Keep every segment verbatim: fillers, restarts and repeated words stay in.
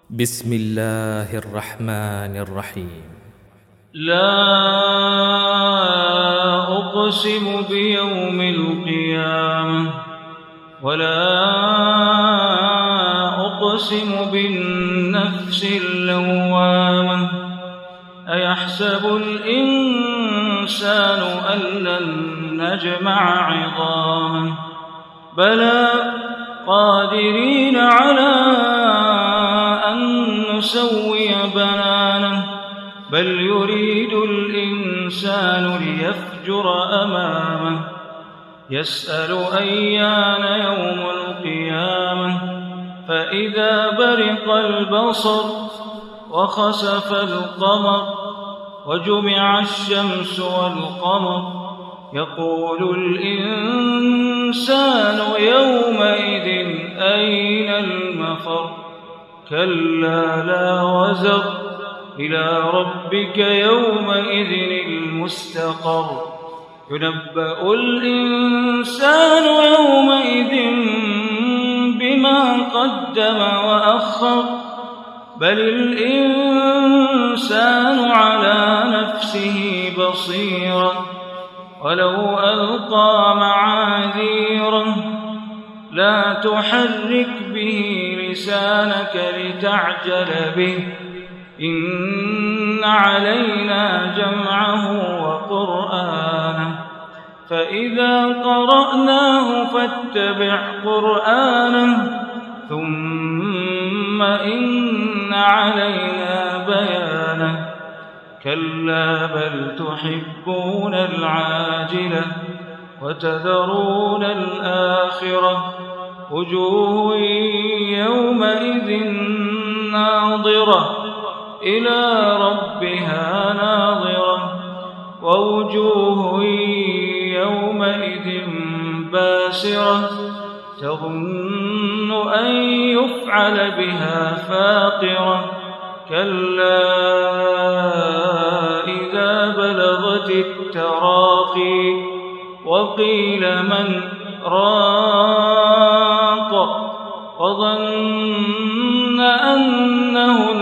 بسم الله الرحمن الرحيم. لا أقسم بيوم القيامة ولا أقسم بالنفس اللوامة أيحسب الإنسان أن لن نجمع عظامه بلى قادرين على أن نسوي بنانه بل يريد الإنسان ليفجر أمامه يسأل أيان يوم القيامة فإذا برق البصر وخسف القمر وجمع الشمس والقمر يقول الإنسان يومئذ أين المفر كلا لا وزر إلى ربك يومئذ المستقر ينبأ الإنسان يومئذ بما قدم وأخر بل الإنسان على نفسه بصيرة ولو ألقى معاذيره لا تحرك به لسانك لتعجل به إن علينا جمعه وقرآنه فإذا قرأناه فاتبع قرآنه ثم إن علينا بيانه كلا بل تحبون العاجلة وتذرون الآخرة وجوه يومئذ ناظرة إلى ربها ناظرة ووجوه يومئذ باسرة تظن أن يفعل بها فاقرة كلا إذا بلغت التراقي وقيل من راق وظن أنه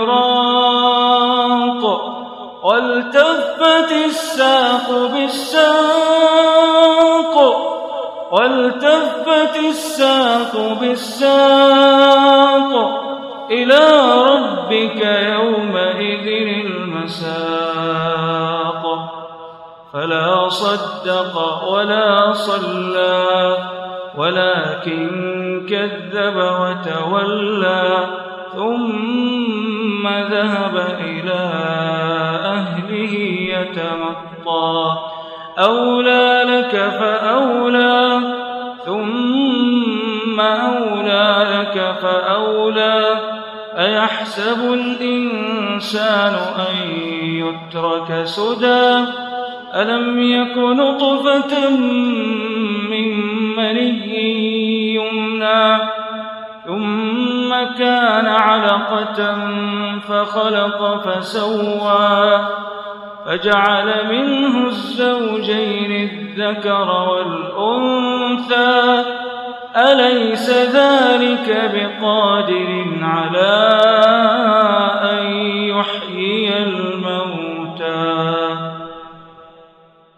الفراق والتفت الساق بالساق والتفت الساق بالساق إلى ربك يومئذ المساق فلا صدق ولا صلى ولكن كذب وتولى ثم ذهب إلى أهله يتمطى أولى لك فأولى ثم أولى لك فأولى أيحسب الإنسان أن يترك سدى ألم يك نطفة من مني يمنى ثم كان علقة فخلق فسوى فجعل منه الزوجين الذكر والأنثى أليس ذلك بقادر على